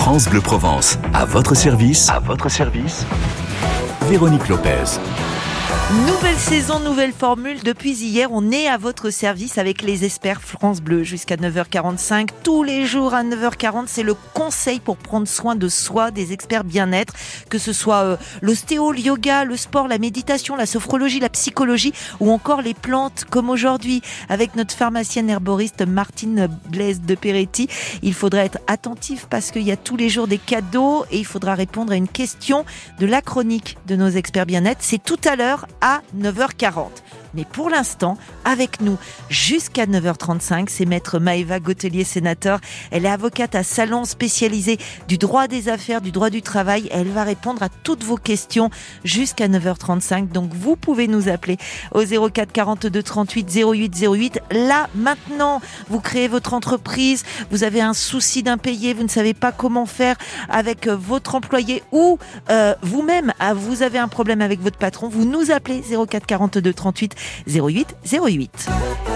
France Bleu Provence, à votre service. À votre service. Véronique Lopez. Nouvelle saison, nouvelle formule. Depuis hier, on est à votre service avec les experts France Bleu jusqu'à 9h45. Tous les jours à 9h40, c'est le conseil pour prendre soin de soi, des experts bien-être, que ce soit l'ostéo, le yoga, le sport, la méditation, la sophrologie, la psychologie ou encore les plantes, comme aujourd'hui avec notre pharmacienne herboriste Martine Blaise de Peretti. Il faudra être attentif parce qu'il y a tous les jours des cadeaux et il faudra répondre à une question de la chronique de nos experts bien-être. C'est tout à l'heure à 9h40. Mais pour l'instant, avec nous, jusqu'à 9h35, c'est maître Maëva Gautelier-Sénateur. Elle est avocate à Salon spécialisée du droit des affaires, du droit du travail. Elle va répondre à toutes vos questions jusqu'à 9h35. Donc, vous pouvez nous appeler au 04 42 38 08 08. Là, maintenant, vous créez votre entreprise, vous avez un souci d'impayé, vous ne savez pas comment faire avec votre employé ou vous-même, vous avez un problème avec votre patron, vous nous appelez 04 42 38 08 08.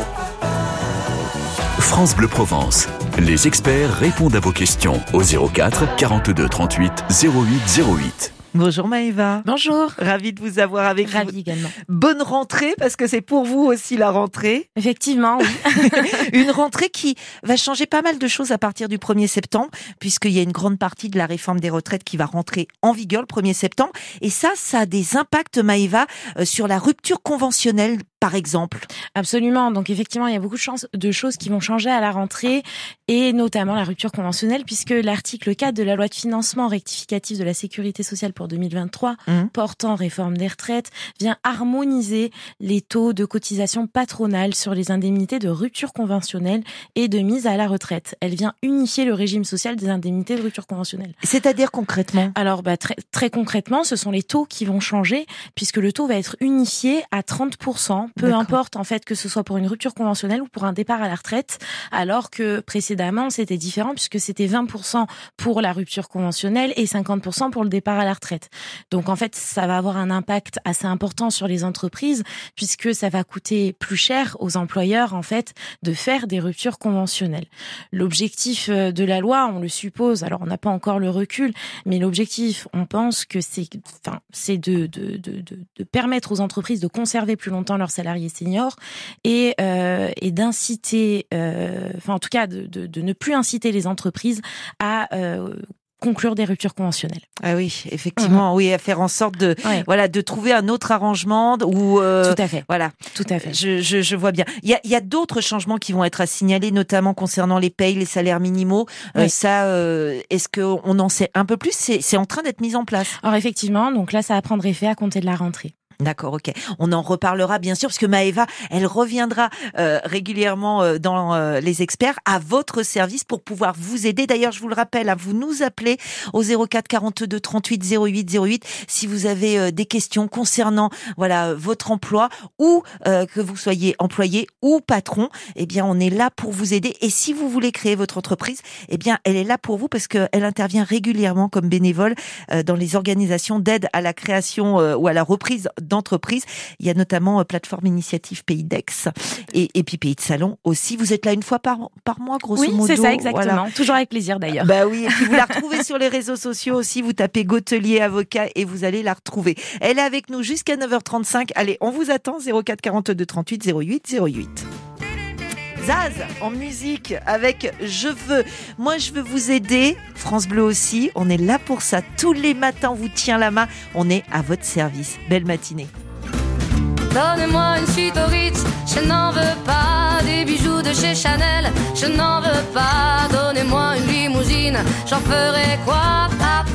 France Bleu Provence. Les experts répondent à vos questions au 04 42 38 08 08. Bonjour Maëva. Bonjour. Ravie de vous avoir avec vous. Ravie également. Bonne rentrée, parce que c'est pour vous aussi la rentrée. Effectivement, oui. Une rentrée qui va changer pas mal de choses à partir du 1er septembre, puisqu'il y a une grande partie de la réforme des retraites qui va rentrer en vigueur le 1er septembre. Et ça a des impacts, Maëva, sur la rupture conventionnelle, par exemple. Absolument. Donc effectivement, il y a beaucoup de choses qui vont changer à la rentrée, et notamment la rupture conventionnelle, puisque l'article 4 de la loi de financement rectificatif de la sécurité sociale pour 2023, portant réforme des retraites, vient harmoniser les taux de cotisation patronale sur les indemnités de rupture conventionnelle et de mise à la retraite. Elle vient unifier le régime social des indemnités de rupture conventionnelle. C'est-à-dire concrètement ? Alors, très concrètement, ce sont les taux qui vont changer, puisque le taux va être unifié à 30%, peu importe en fait que ce soit pour une rupture conventionnelle ou pour un départ à la retraite, alors que précédemment c'était différent, puisque c'était 20% pour la rupture conventionnelle et 50% pour le départ à la retraite. Donc en fait, ça va avoir un impact assez important sur les entreprises, puisque ça va coûter plus cher aux employeurs en fait de faire des ruptures conventionnelles. L'objectif de la loi, on le suppose, alors on n'a pas encore le recul, mais l'objectif, on pense que c'est de permettre aux entreprises de conserver plus longtemps leurs salariés seniors et d'inciter, en tout cas de ne plus inciter les entreprises à conclure des ruptures conventionnelles. Ah oui, effectivement, oui, à faire en sorte de trouver un autre arrangement ou tout à fait. Voilà, tout à fait. Je vois bien. Il y a d'autres changements qui vont être à signaler, notamment concernant les payes, les salaires minimaux. Oui. Est-ce qu'on en sait un peu plus ? C'est en train d'être mis en place. Alors effectivement, donc là, ça va prendre effet à compter de la rentrée. D'accord, ok. On en reparlera bien sûr, parce que Maëva, elle reviendra régulièrement dans les experts à votre service pour pouvoir vous aider. D'ailleurs, je vous le rappelle, vous nous appelez au 04 42 38 08 08 si vous avez des questions concernant votre emploi ou que vous soyez employé ou patron. Eh bien, on est là pour vous aider. Et si vous voulez créer votre entreprise, eh bien, elle est là pour vous parce qu'elle intervient régulièrement comme bénévole dans les organisations d'aide à la création ou à la reprise d'entreprise. Il y a notamment plateforme initiative Pays d'Aix et puis Pays de Salon aussi. Vous êtes là une fois par mois, grosso modo. Oui, c'est ça, exactement. Voilà. Toujours avec plaisir, d'ailleurs. Bah oui, et puis vous la retrouvez sur les réseaux sociaux aussi. Vous tapez Gautelier Avocat et vous allez la retrouver. Elle est avec nous jusqu'à 9h35. Allez, on vous attend. 04 42 38 08 08. Zaz en musique avec Je veux. Moi, je veux vous aider. France Bleu aussi. On est là pour ça. Tous les matins, on vous tient la main. On est à votre service. Belle matinée. Donnez-moi une suite au Ritz, je n'en veux pas. Des bijoux de chez Chanel, je n'en veux pas. Donnez-moi une limousine, j'en ferai quoi?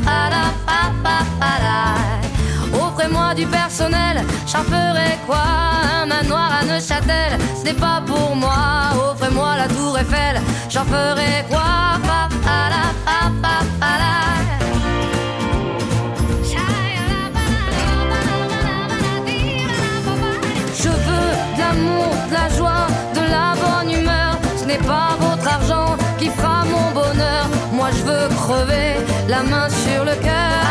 Offrez-moi du personnel, j'en ferai quoi? Un manoir à Neuchâtel, ce n'est pas pour moi. Offrez-moi la tour Eiffel, j'en ferai quoi? Je veux de l'amour, de la joie, de la bonne humeur. Ce n'est pas votre argent qui fera mon bonheur. Moi je veux crever, la main sur le cœur.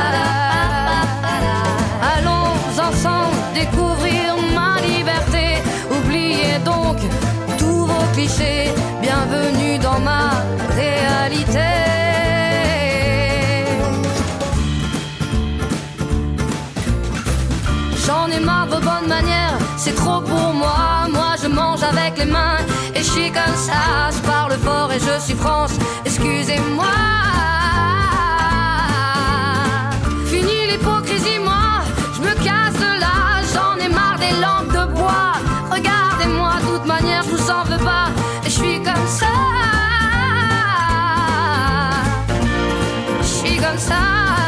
Allons ensemble découvrir ma liberté. Oubliez donc tous vos clichés. Bienvenue dans ma réalité. c'est trop pour moi. Moi je mange avec les mains et je suis comme ça. Je parle fort et je suis France, excusez-moi. Fini l'hypocrisie, moi je me casse de là. J'en ai marre des lampes de bois. Regardez-moi, de toute manière je vous en veux pas. Et je suis comme ça. Je suis comme ça.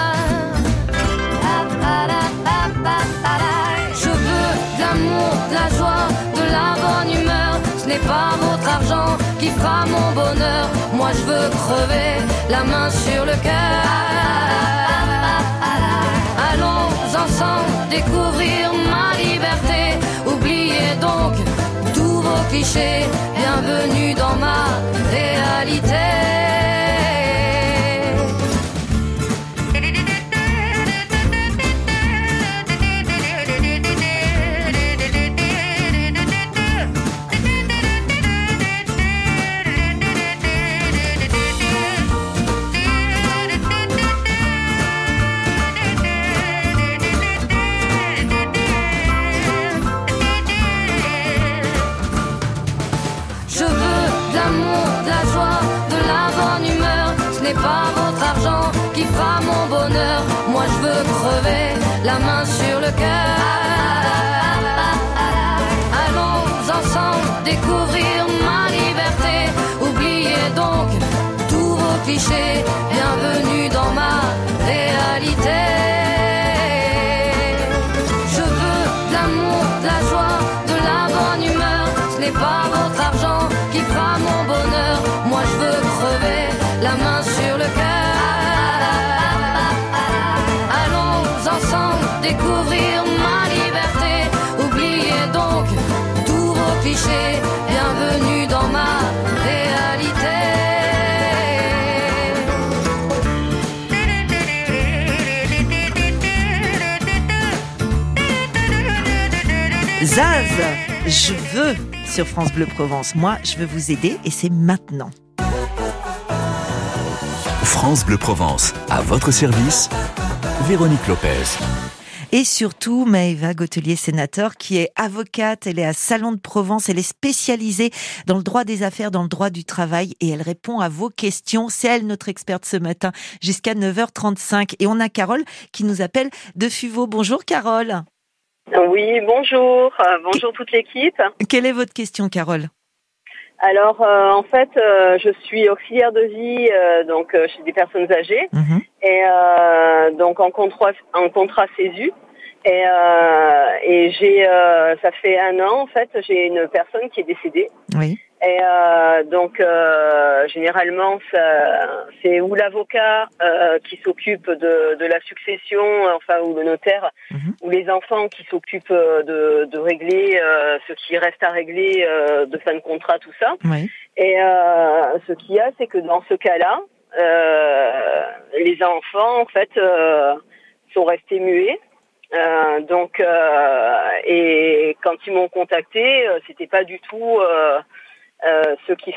Je veux de l'amour, de la joie, de la bonne humeur. Ce n'est pas votre argent qui fera mon bonheur. Moi je veux crever la main sur le cœur. Allons ensemble découvrir ma liberté. Oubliez donc tous vos clichés. Bienvenue dans ma réalité. Pas votre argent qui fera mon bonheur. Moi je veux crever la main sur le cœur. Allons ensemble découvrir ma liberté. Oubliez donc tous vos clichés. Bienvenue dans ma réalité. Je veux de l'amour, de la joie, de la bonne humeur. Ce n'est pas votre argent qui fera mon bonheur. Moi je veux crever la main sur le cœur. Allons ensemble découvrir ma liberté. Oubliez donc tous vos clichés. Bienvenue dans ma réalité. Zaz, je veux sur France Bleu Provence. Moi, je veux vous aider et c'est maintenant. France Bleu Provence, à votre service, Véronique Lopez. Et surtout, Maëva Gautelier-Sénateur, qui est avocate, elle est à Salon de Provence, elle est spécialisée dans le droit des affaires, dans le droit du travail, et elle répond à vos questions. C'est elle, notre experte ce matin, jusqu'à 9h35. Et on a Carole qui nous appelle de Fuveau. Bonjour Carole. Oui, bonjour. Bonjour toute l'équipe. Quelle est votre question, Carole ? Alors, en fait, je suis auxiliaire de vie donc chez des personnes âgées et donc en contrat CESU et j'ai ça fait 1 an en fait, j'ai une personne qui est décédée. Oui. Et donc généralement c'est ou l'avocat qui s'occupe de la succession, enfin ou le notaire, ou les enfants qui s'occupent de régler ce qui reste à régler de fin de contrat, tout ça. Oui. Et ce qu'il y a, c'est que dans ce cas-là, les enfants en fait sont restés muets. Donc et quand ils m'ont contacté, c'était pas du tout ce qu'il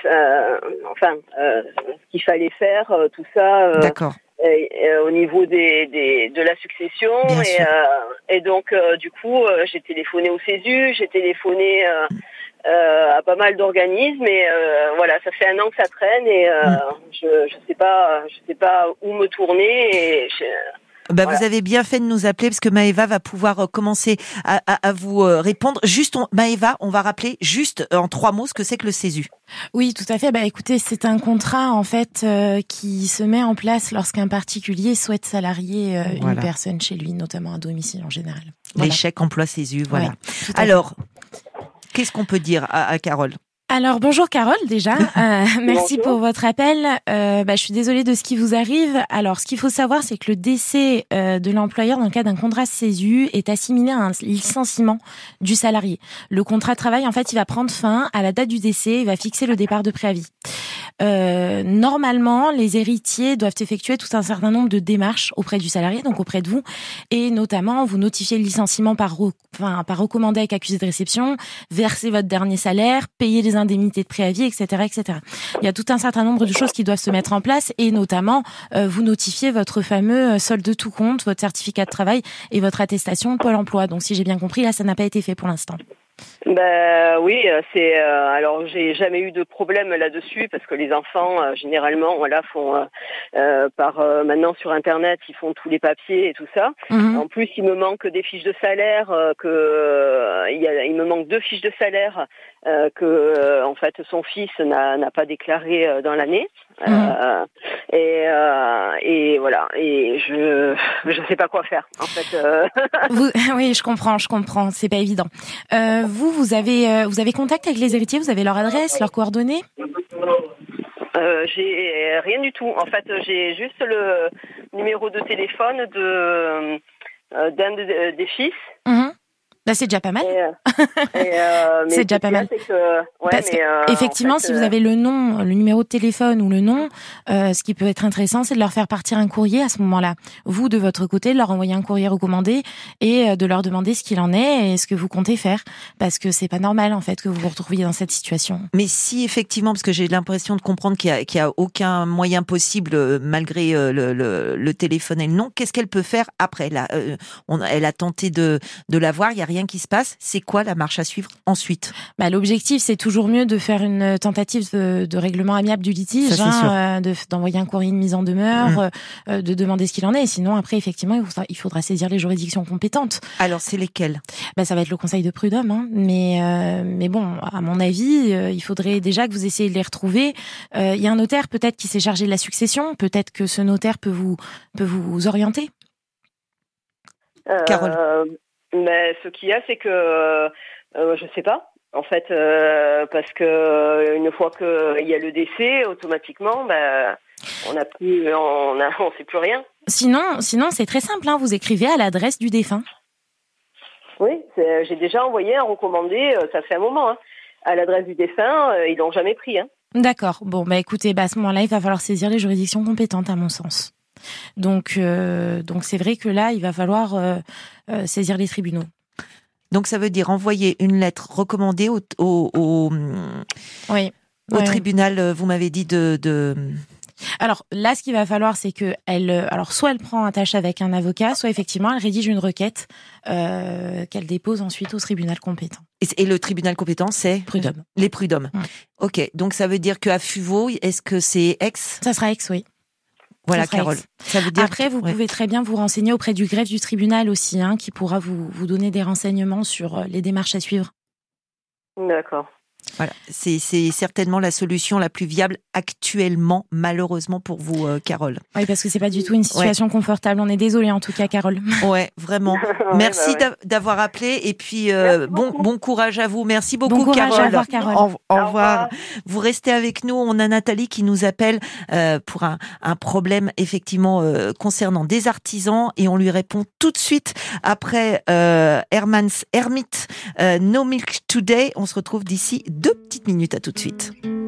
fallait faire, tout ça. D'accord. Au niveau de la succession et donc du coup j'ai téléphoné au CESU, j'ai téléphoné à pas mal d'organismes et voilà, ça fait 1 an que ça traîne et je sais pas où me tourner et voilà. Vous avez bien fait de nous appeler parce que Maëva va pouvoir commencer à vous répondre. Juste, Maëva, on va rappeler juste en 3 mots ce que c'est que le CESU. Oui, tout à fait. Écoutez, c'est un contrat en fait qui se met en place lorsqu'un particulier souhaite salarier une personne chez lui, notamment à domicile en général. Voilà. Les chèques emploi CESU, voilà. Ouais, alors, qu'est-ce qu'on peut dire à Carole ? Alors bonjour Carole déjà, merci pour votre appel. Je suis désolée de ce qui vous arrive. Alors ce qu'il faut savoir, c'est que le décès de l'employeur dans le cadre d'un contrat CESU est assimilé à un licenciement du salarié. Le contrat de travail, en fait, il va prendre fin à la date du décès, il va fixer le départ de préavis. Normalement, les héritiers doivent effectuer tout un certain nombre de démarches auprès du salarié, donc auprès de vous, et notamment vous notifier le licenciement par recommandé avec accusé de réception, verser votre dernier salaire, payer les indemnités de préavis, etc., etc. Il y a tout un certain nombre de choses qui doivent se mettre en place et notamment vous notifier votre fameux solde de tout compte, votre certificat de travail et votre attestation Pôle emploi. Donc si j'ai bien compris, là, ça n'a pas été fait pour l'instant. Oui, c'est alors j'ai jamais eu de problème là-dessus parce que les enfants généralement font maintenant sur internet, ils font tous les papiers et tout ça. En plus, il me manque des fiches de salaire il me manque 2 fiches de salaire que en fait son fils n'a pas déclaré dans l'année. Et voilà, et je sais pas quoi faire en fait. Oui, je comprends, c'est pas évident. Vous avez contact avec les héritiers, vous avez leur adresse, leurs coordonnées? J'ai rien du tout. En fait, j'ai juste le numéro de téléphone d'un des fils. Là, c'est déjà pas mal. C'est déjà pas mal. Effectivement, si vous avez le nom, le numéro de téléphone ou le nom, ce qui peut être intéressant, c'est de leur faire partir un courrier à ce moment-là. Vous, de votre côté, de leur envoyer un courrier recommandé et de leur demander ce qu'il en est et ce que vous comptez faire. Parce que c'est pas normal, en fait, que vous vous retrouviez dans cette situation. Mais si, effectivement, parce que j'ai l'impression de comprendre qu'il y a aucun moyen possible, malgré le téléphone et le nom, qu'est-ce qu'elle peut faire après? Là, elle a tenté de l'avoir, il y a rien qui se passe. C'est quoi la marche à suivre ensuite? L'objectif, c'est toujours mieux de faire une tentative de règlement amiable du litige, d'envoyer un courrier de mise en demeure, de demander ce qu'il en est. Sinon, après, effectivement, il faudra saisir les juridictions compétentes. Alors, c'est lesquelles? Ça va être le conseil de prud'homme, mais bon, à mon avis, il faudrait déjà que vous essayiez de les retrouver. Il y a un notaire peut-être qui s'est chargé de la succession. Peut-être que ce notaire peut vous orienter. Carole. Mais ce qu'il y a, c'est que je sais pas. En fait, parce que une fois qu'il y a le décès, automatiquement, on sait plus rien. Sinon, c'est très simple. Vous écrivez à l'adresse du défunt. Oui, j'ai déjà envoyé un recommandé. Ça fait un moment. À l'adresse du défunt, ils l'ont jamais pris. D'accord. Bon, écoutez, à ce moment-là, il va falloir saisir les juridictions compétentes, à mon sens. Donc c'est vrai que là, il va falloir saisir les tribunaux. Donc ça veut dire envoyer une lettre recommandée au tribunal. Vous m'avez dit de. Alors là, ce qu'il va falloir, c'est que soit elle prend attache avec un avocat, soit effectivement elle rédige une requête qu'elle dépose ensuite au tribunal compétent. Et le tribunal compétent, c'est prud'homme. Les prud'hommes. Ok. Donc ça veut dire qu'à Fuveau, est-ce que c'est Aix? Ça sera Aix, oui. Voilà, Carole. Ça veut dire après, vous pouvez très bien vous renseigner auprès du greffe du tribunal aussi, qui pourra vous donner des renseignements sur les démarches à suivre. D'accord. Voilà, c'est certainement la solution la plus viable actuellement, malheureusement pour vous, Carole. Oui, parce que c'est pas du tout une situation confortable. On est désolé en tout cas, Carole. Ouais, vraiment. Merci d'avoir appelé et puis bon courage à vous. Merci beaucoup, bon courage, Carole. Au revoir, Carole. Au revoir. Vous restez avec nous. On a Nathalie qui nous appelle pour un problème effectivement concernant des artisans et on lui répond tout de suite après Herman's Hermit, No Milk Today. On se retrouve d'ici 2 petites minutes, à tout de suite.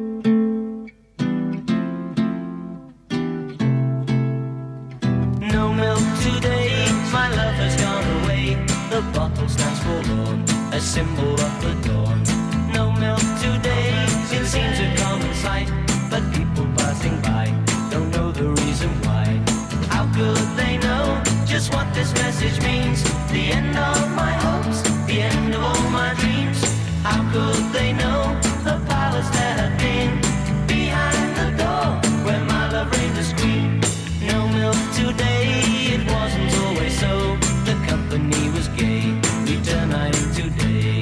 No milk today, my love has gone away. The bottle stands forlorn, a symbol of the dawn. No milk today, it seems a common sight, but people passing by don't know the reason why. How could they know just what this message means? The end of my hopes, the end of all my dreams. How could they know the palace that had been behind the door where my love reigned as queen? No milk today, it wasn't always so. The company was gay, we turn night into day.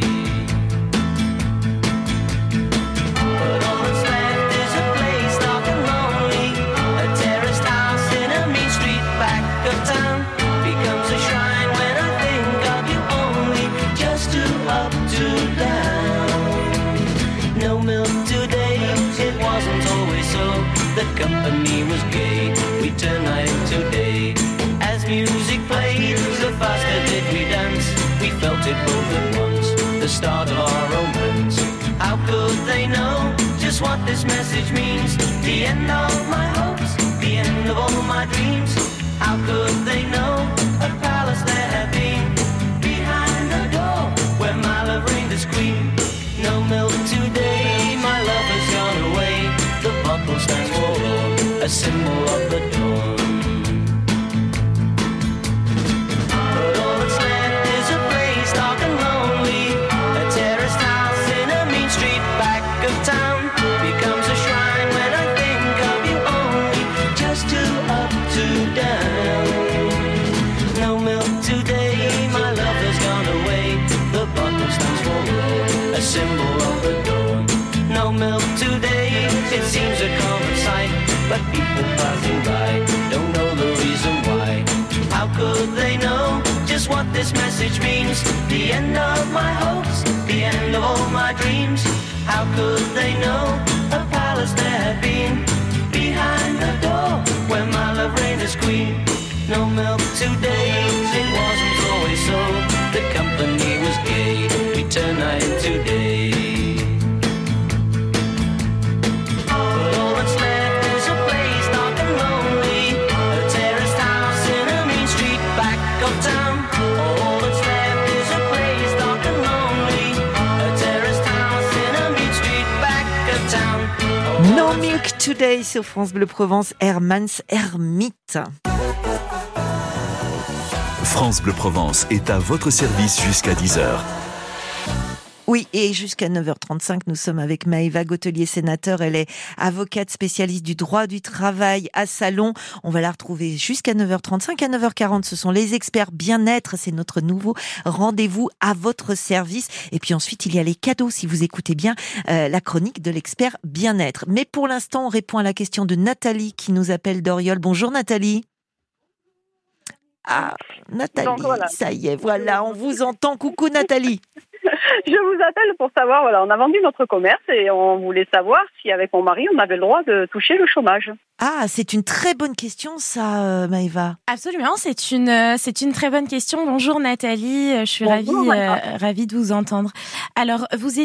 But all that's left is a place dark and lonely. A terraced house in a mean street back of town becomes a shrine when I think of you only. Just to up to down. No milk today, it wasn't always so. The company was gay, we turned night into day. As music played, the faster did we dance. We felt it both at once, the start of our romance. How could they know just what this message means? The end of my hopes, the end of all my dreams. How could they know a palace there had been behind the door where my love reigned as queen? No milk today, my love has gone away. The bottle stands forlorn, a symbol of the dawn. But all that's left is a place dark and lonely, a terrace but people passing by don't know the reason why. How could they know just what this message means? The end of my hopes, the end of all my dreams. How could they know a palace there had been behind the door where my love reigned as queen? No milk 2 days, it wasn't always so. The company was gay, we turned night into day. But all that's left is a place dark and lonely, a terraced house in a mean street back of town. All that's left is a place dark and lonely, a terraced house in a mean street back of town. No Milk Today sur France Bleu Provence, Hermans Hermite. France Bleu Provence est à votre service jusqu'à 10h. Oui, et jusqu'à 9h35, nous sommes avec Maëva Gautelier-Sénateur. Elle est avocate spécialiste du droit du travail à Salon. On va la retrouver jusqu'à 9h35. À 9h40, ce sont les experts bien-être. C'est notre nouveau rendez-vous à votre service. Et puis ensuite, il y a les cadeaux, si vous écoutez bien la chronique de l'expert bien-être. Mais pour l'instant, on répond à la question de Nathalie qui nous appelle d'Oriol. Bonjour Nathalie. Ah, Nathalie, donc, voilà. Ça y est, voilà, on vous entend. Coucou Nathalie. Je vous appelle pour savoir, voilà, on a vendu notre commerce et on voulait savoir si avec mon mari, on avait le droit de toucher le chômage. Ah, c'est une très bonne question ça, Maëva. Absolument, c'est une très bonne question. Bonjour Nathalie, je suis ravie de vous entendre. Alors, vous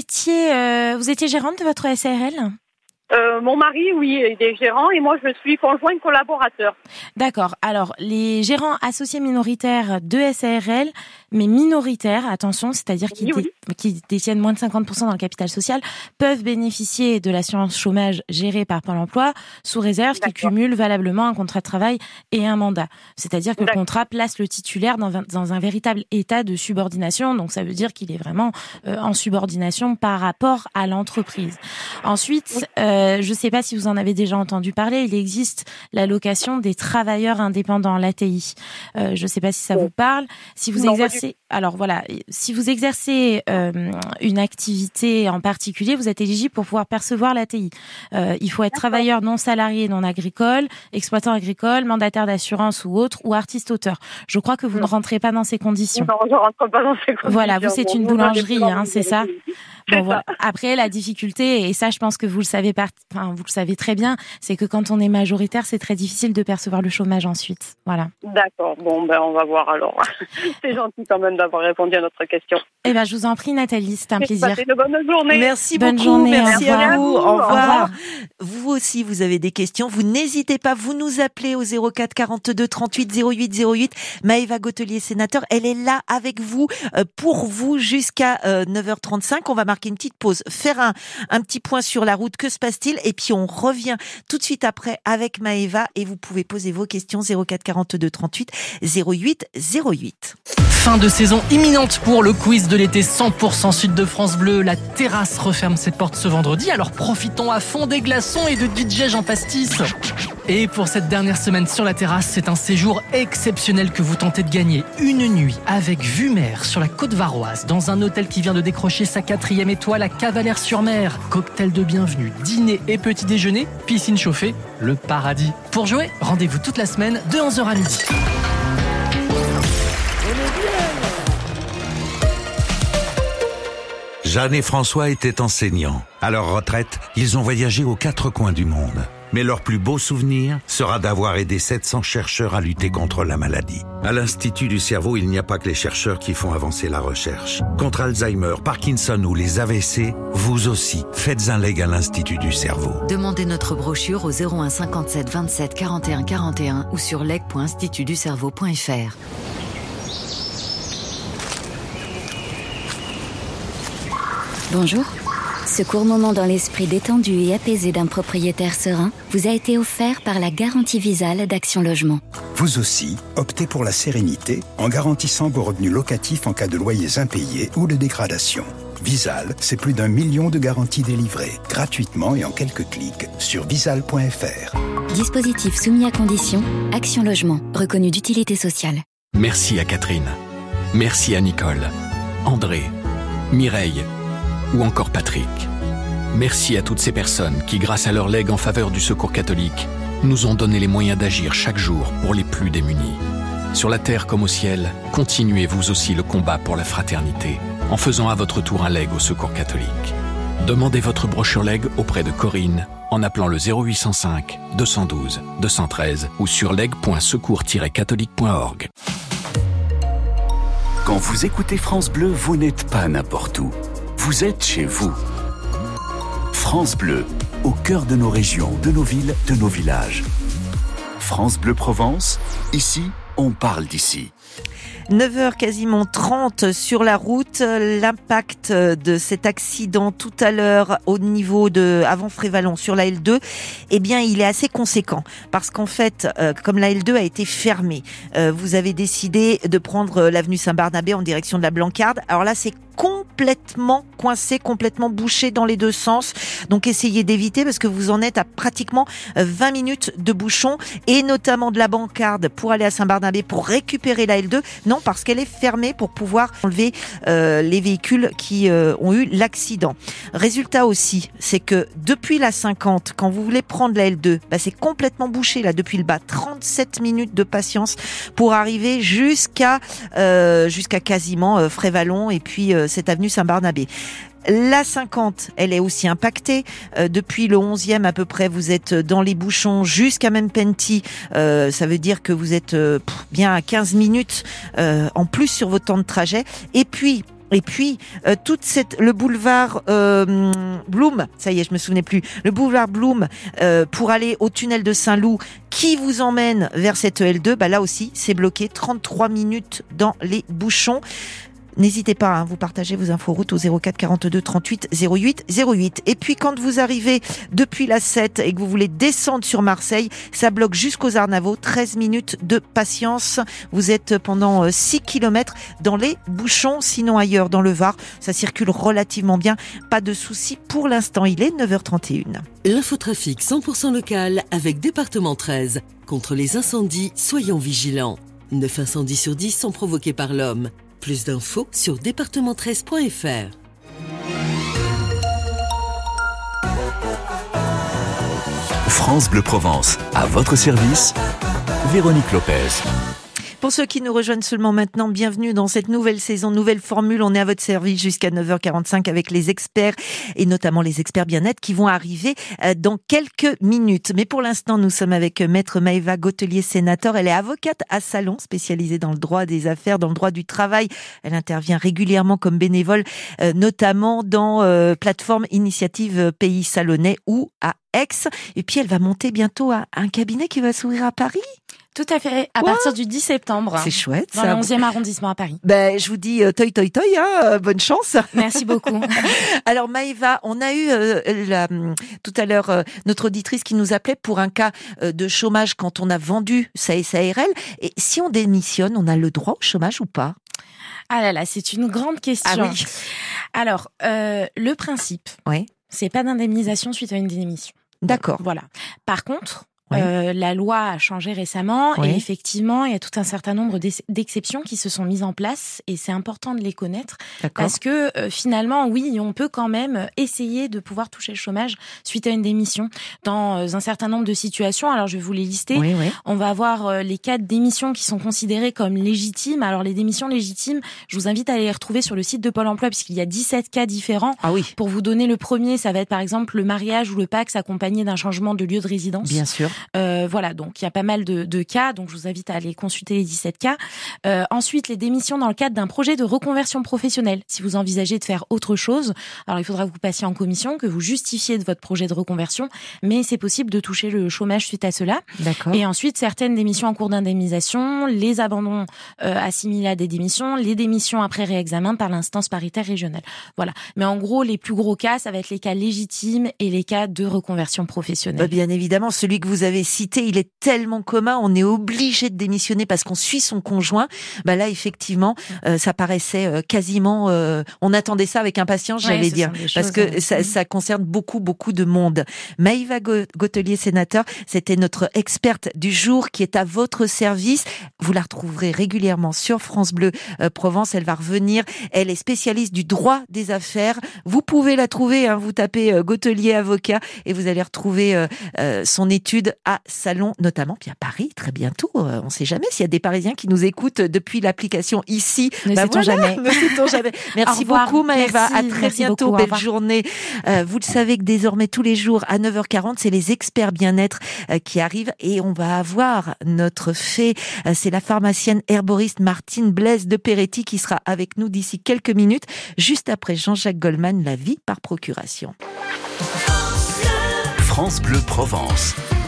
étiez gérante de votre SARL ? Mon mari, oui, il est gérant et moi, je suis conjoint collaborateur. D'accord. Alors, les gérants associés minoritaires de SARL, mais minoritaires, attention, c'est-à-dire qui détiennent moins de 50% dans le capital social, peuvent bénéficier de l'assurance chômage gérée par Pôle emploi, sous réserve qu'ils cumulent valablement un contrat de travail et un mandat. C'est-à-dire que le contrat place le titulaire dans un véritable état de subordination. Donc, ça veut dire qu'il est vraiment en subordination par rapport à l'entreprise. Ensuite, je ne sais pas si vous en avez déjà entendu parler, il existe l'allocation des travailleurs indépendants, l'ATI. Je ne sais pas si ça vous parle. Si vous exercez, alors voilà, si vous exercez une activité en particulier, vous êtes éligible pour pouvoir percevoir l'ATI. Il faut être travailleur non salarié, non agricole, exploitant agricole, mandataire d'assurance ou autre, ou artiste-auteur. Je crois que vous ne rentrez pas dans ces conditions. Non, je ne rentre pas dans ces conditions. Voilà, vous c'est une boulangerie, c'est ça. Bon, voilà. Après, la difficulté, et ça, je pense que vous le savez très bien, c'est que quand on est majoritaire, c'est très difficile de percevoir le chômage ensuite. Voilà. D'accord. Bon, on va voir alors. C'est gentil quand même d'avoir répondu à notre question. Eh ben, je vous en prie, Nathalie, c'est un plaisir. Passez une bonne journée. Merci bonne beaucoup. Journée, merci à vous. Au revoir. Au revoir. Vous aussi, vous avez des questions. Vous n'hésitez pas, vous nous appelez au 04 42 38 08 08. Maëva Gautelier-Sénateur, elle est là avec vous, pour vous jusqu'à 9h35. On va marquer une petite pause, faire un petit point sur la route. Que se passe-t-il? Et puis on revient tout de suite après avec Maëva et vous pouvez poser vos questions 04 42 38 08 08. Fin de saison imminente pour le quiz de l'été 100% Sud de France Bleu. La terrasse referme ses portes ce vendredi, alors profitons à fond des glaçons et de DJ Jean Pastis. Et pour cette dernière semaine sur la terrasse, c'est un séjour exceptionnel que vous tentez de gagner. Une nuit avec vue mer sur la côte varoise, dans un hôtel qui vient de décrocher sa 4e étoile à Cavalère-sur-Mer. Cocktail de bienvenue, dîner et petit déjeuner, piscine chauffée, le paradis. Pour jouer, rendez-vous toute la semaine de 11h à midi. Jeanne et François étaient enseignants. À leur retraite, ils ont voyagé aux 4 coins du monde. Mais leur plus beau souvenir sera d'avoir aidé 700 chercheurs à lutter contre la maladie. À l'Institut du cerveau, il n'y a pas que les chercheurs qui font avancer la recherche. Contre Alzheimer, Parkinson ou les AVC, vous aussi, faites un leg à l'Institut du cerveau. Demandez notre brochure au 01 57 27 41 41 ou sur leg.institutducerveau.fr. Bonjour. Ce court moment dans l'esprit détendu et apaisé d'un propriétaire serein vous a été offert par la garantie Visale d'Action Logement. Vous aussi, optez pour la sérénité en garantissant vos revenus locatifs en cas de loyers impayés ou de dégradation. Visale, c'est plus d'1 million de garanties délivrées, gratuitement et en quelques clics sur visale.fr. Dispositif soumis à conditions, Action Logement, reconnu d'utilité sociale. Merci à Catherine. Merci à Nicole, André, Mireille ou encore Patrick. Merci à toutes ces personnes qui, grâce à leur legs en faveur du Secours catholique, nous ont donné les moyens d'agir chaque jour pour les plus démunis. Sur la terre comme au ciel, continuez vous aussi le combat pour la fraternité en faisant à votre tour un leg au Secours catholique. Demandez votre brochure leg auprès de Corinne en appelant le 0805 212 213 ou sur leg.secours-catholique.org. Quand vous écoutez France Bleu, vous n'êtes pas n'importe où. Vous êtes chez vous. France Bleu, au cœur de nos régions, de nos villes, de nos villages. France Bleu Provence, ici, on parle d'ici. 9h quasiment 30 sur la route. L'impact de cet accident tout à l'heure au niveau de avant Frévalon sur la L2, eh bien, il est assez conséquent parce qu'en fait, comme la L2 a été fermée, vous avez décidé de prendre l'avenue Saint-Barnabé en direction de la Blancarde. Alors là, c'est complètement coincé, complètement bouché dans les deux sens. Donc essayez d'éviter parce que vous en êtes à pratiquement 20 minutes de bouchon et notamment de la Blancarde pour aller à Saint-Barnabé pour récupérer la L2. Non, parce qu'elle est fermée pour pouvoir enlever les véhicules qui ont eu l'accident. Résultat aussi, c'est que depuis la 50, quand vous voulez prendre la L2, c'est complètement bouché là depuis le bas. 37 minutes de patience pour arriver jusqu'à quasiment Frévalon et puis cette avenue Saint-Barnabé. La 50, elle est aussi impactée. Depuis le 11e à peu près, vous êtes dans les bouchons jusqu'à même Penty. Ça veut dire que vous êtes bien à 15 minutes en plus sur votre temps de trajet. Et puis le boulevard Blum, ça y est, je me souvenais plus. Le boulevard Blum pour aller au tunnel de Saint-Loup qui vous emmène vers cette L2, là aussi, c'est bloqué. 33 minutes dans les bouchons. N'hésitez pas, vous partagez vos inforoutes au 04 42 38 08 08. Et puis quand vous arrivez depuis la 7 et que vous voulez descendre sur Marseille, ça bloque jusqu'aux Arnavaux, 13 minutes de patience. Vous êtes pendant 6 km dans les bouchons, sinon ailleurs dans le Var, ça circule relativement bien, pas de soucis pour l'instant. Il est 9h31. L'infotrafic 100% local avec Département 13. Contre les incendies, soyons vigilants. 9 incendies sur 10 sont provoqués par l'homme. Plus d'infos sur département13.fr. France Bleu Provence, à votre service, Véronique Lopez. Pour ceux qui nous rejoignent seulement maintenant, bienvenue dans cette nouvelle saison, nouvelle formule. On est à votre service jusqu'à 9h45 avec les experts et notamment les experts bien-être qui vont arriver dans quelques minutes. Mais pour l'instant, nous sommes avec Maître Maëva Gautelier-Sénator. Elle est avocate à Salon, spécialisée dans le droit des affaires, dans le droit du travail. Elle intervient régulièrement comme bénévole, notamment dans plateforme Initiative Pays Salonnais ou à Aix. Et puis, elle va monter bientôt à un cabinet qui va s'ouvrir à Paris. Tout à fait, à partir du 10 septembre. C'est chouette, dans ça. le 11e arrondissement à Paris. Je vous dis toi, bonne chance. Merci beaucoup. Alors Maëva, on a eu tout à l'heure notre auditrice qui nous appelait pour un cas de chômage quand on a vendu sa SARL. Et si on démissionne, on a le droit au chômage ou pas ? Ah là là, c'est une grande question. Ah oui. Alors, le principe, c'est pas d'indemnisation suite à une démission. D'accord. Voilà. Par contre, la loi a changé récemment et effectivement, il y a tout un certain nombre d'exceptions qui se sont mises en place et c'est important de les connaître parce que finalement, oui, on peut quand même essayer de pouvoir toucher le chômage suite à une démission dans un certain nombre de situations. Alors, je vais vous les lister. On va avoir les cas de démission qui sont considérés comme légitimes. Alors, les démissions légitimes, je vous invite à les retrouver sur le site de Pôle emploi puisqu'il y a 17 cas différents. Ah oui. Pour vous donner le premier, ça va être par exemple le mariage ou le PACS accompagné d'un changement de lieu de résidence. Bien sûr. Voilà, donc il y a pas mal de cas, donc je vous invite à aller consulter les 17 cas. Ensuite, les démissions dans le cadre d'un projet de reconversion professionnelle. Si vous envisagez de faire autre chose, alors il faudra que vous passiez en commission, que vous justifiez de votre projet de reconversion, mais c'est possible de toucher le chômage suite à cela. D'accord. Et ensuite, certaines démissions en cours d'indemnisation, les abandons assimilés à des démissions, les démissions après réexamen par l'instance paritaire régionale. Voilà. Mais en gros, les plus gros cas, ça va être les cas légitimes et les cas de reconversion professionnelle. Bien évidemment, celui que vous avez cité, il est tellement commun, on est obligé de démissionner parce qu'on suit son conjoint. Bah là, effectivement, ça paraissait quasiment... on attendait ça avec impatience, j'allais dire, parce que ça concerne beaucoup de monde. Maïva Gautelier, sénateur, c'était notre experte du jour qui est à votre service. Vous la retrouverez régulièrement sur France Bleu Provence. Elle va revenir. Elle est spécialiste du droit des affaires. Vous pouvez la trouver, hein, vous tapez Gautelier avocat et vous allez retrouver son étude à Salon, notamment, puis à Paris, très bientôt. On ne sait jamais s'il y a des Parisiens qui nous écoutent depuis l'application ici. Ne sait-on jamais. Ne sait-on jamais. Merci beaucoup Maëva, à très bientôt, belle journée. Vous le savez que désormais tous les jours à 9h40, c'est les experts bien-être qui arrivent et on va avoir notre fée, c'est la pharmacienne herboriste Martine Blaise de Peretti qui sera avec nous d'ici quelques minutes, juste après Jean-Jacques Goldman, la vie par procuration. France Bleu Provence.